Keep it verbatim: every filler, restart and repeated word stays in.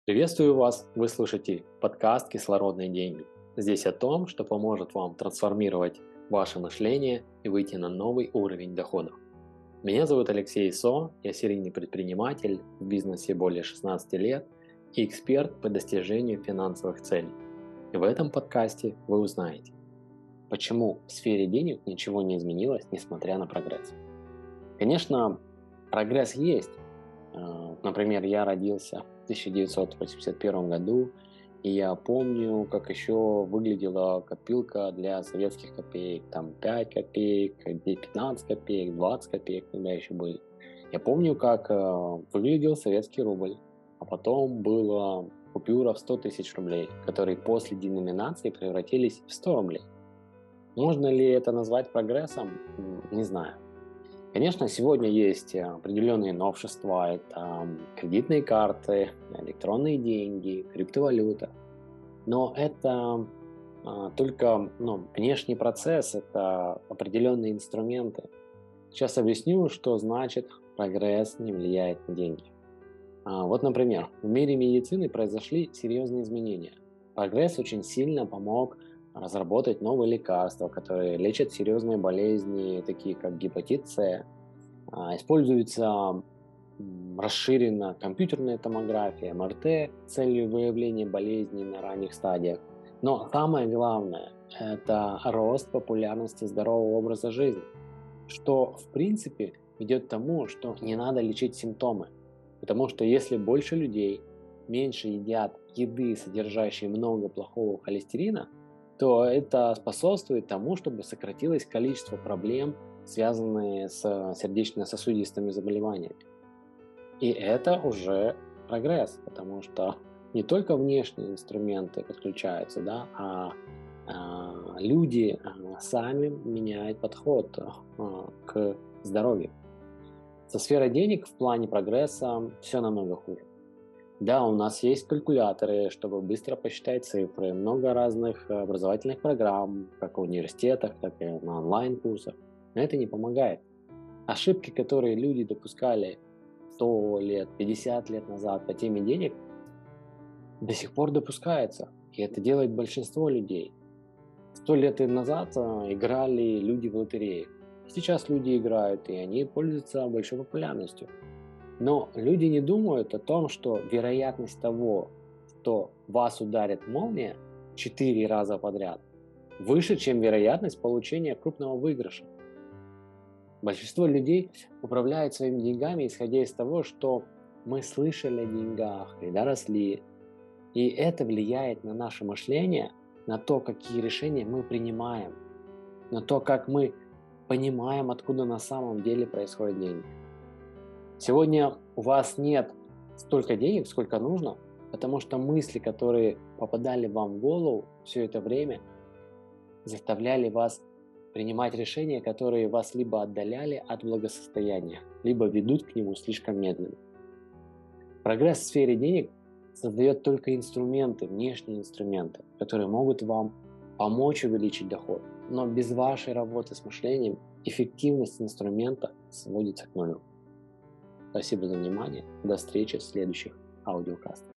Приветствую вас! Вы слушаете подкаст «Кислородные деньги». Здесь о том, что поможет вам трансформировать ваше мышление и выйти на новый уровень доходов. Меня зовут Алексей Со, я серийный предприниматель в бизнесе более шестнадцати лет и эксперт по достижению финансовых целей. И в этом подкасте вы узнаете, почему в сфере денег ничего не изменилось, несмотря на прогресс. Конечно, прогресс есть. Например, я родился в тысяча девятьсот восемьдесят первом году, и я помню, как еще выглядела копилка для советских копеек. Там пять копеек, пятнадцать копеек, двадцать копеек тогда еще были. Я помню, как э, выглядел советский рубль, а потом была купюра в сто тысяч рублей, которые после деноминации превратились в сто рублей. Можно ли это назвать прогрессом? Не знаю. Конечно, сегодня есть определенные новшества, это кредитные карты, электронные деньги, криптовалюта. Но это а, только ну, внешний процесс, это определенные инструменты. Сейчас объясню, что значит прогресс не влияет на деньги. А, вот, например, в мире медицины произошли серьезные изменения. Прогресс очень сильно помог разработать новые лекарства, которые лечат серьезные болезни, такие как гепатит С. Используется расширена компьютерная томография, эм эр тэ с целью выявления болезней на ранних стадиях. Но самое главное – это рост популярности здорового образа жизни, что в принципе ведет к тому, что не надо лечить симптомы. Потому что если больше людей меньше едят еды, содержащей много плохого холестерина, то это способствует тому, чтобы сократилось количество проблем, связанные с сердечно-сосудистыми заболеваниями. И это уже прогресс, потому что не только внешние инструменты подключаются, да, а, а люди а, сами меняют подход а, к здоровью. Со сферой денег в плане прогресса все намного хуже. Да, у нас есть калькуляторы, чтобы быстро посчитать цифры, много разных образовательных программ, как в университетах, так и на онлайн-курсах. Но это не помогает. Ошибки, которые люди допускали сто лет, пятьдесят лет назад по теме денег, до сих пор допускаются. И это делает большинство людей. Сто лет назад играли люди в лотерею. Сейчас люди играют, и они пользуются большой популярностью. Но люди не думают о том, что вероятность того, что вас ударит молния четыре раза подряд, выше, чем вероятность получения крупного выигрыша. Большинство людей управляют своими деньгами, исходя из того, что мы слышали о деньгах, когда росли. И это влияет на наше мышление, на то, какие решения мы принимаем, на то, как мы понимаем, откуда на самом деле происходят деньги. Сегодня у вас нет столько денег, сколько нужно, потому что мысли, которые попадали вам в голову все это время, заставляли вас принимать решения, которые вас либо отдаляли от благосостояния, либо ведут к нему слишком медленно. Прогресс в сфере денег создает только инструменты, внешние инструменты, которые могут вам помочь увеличить доход. Но без вашей работы с мышлением эффективность инструмента сводится к нулю. Спасибо за внимание. До встречи в следующих аудиокастах.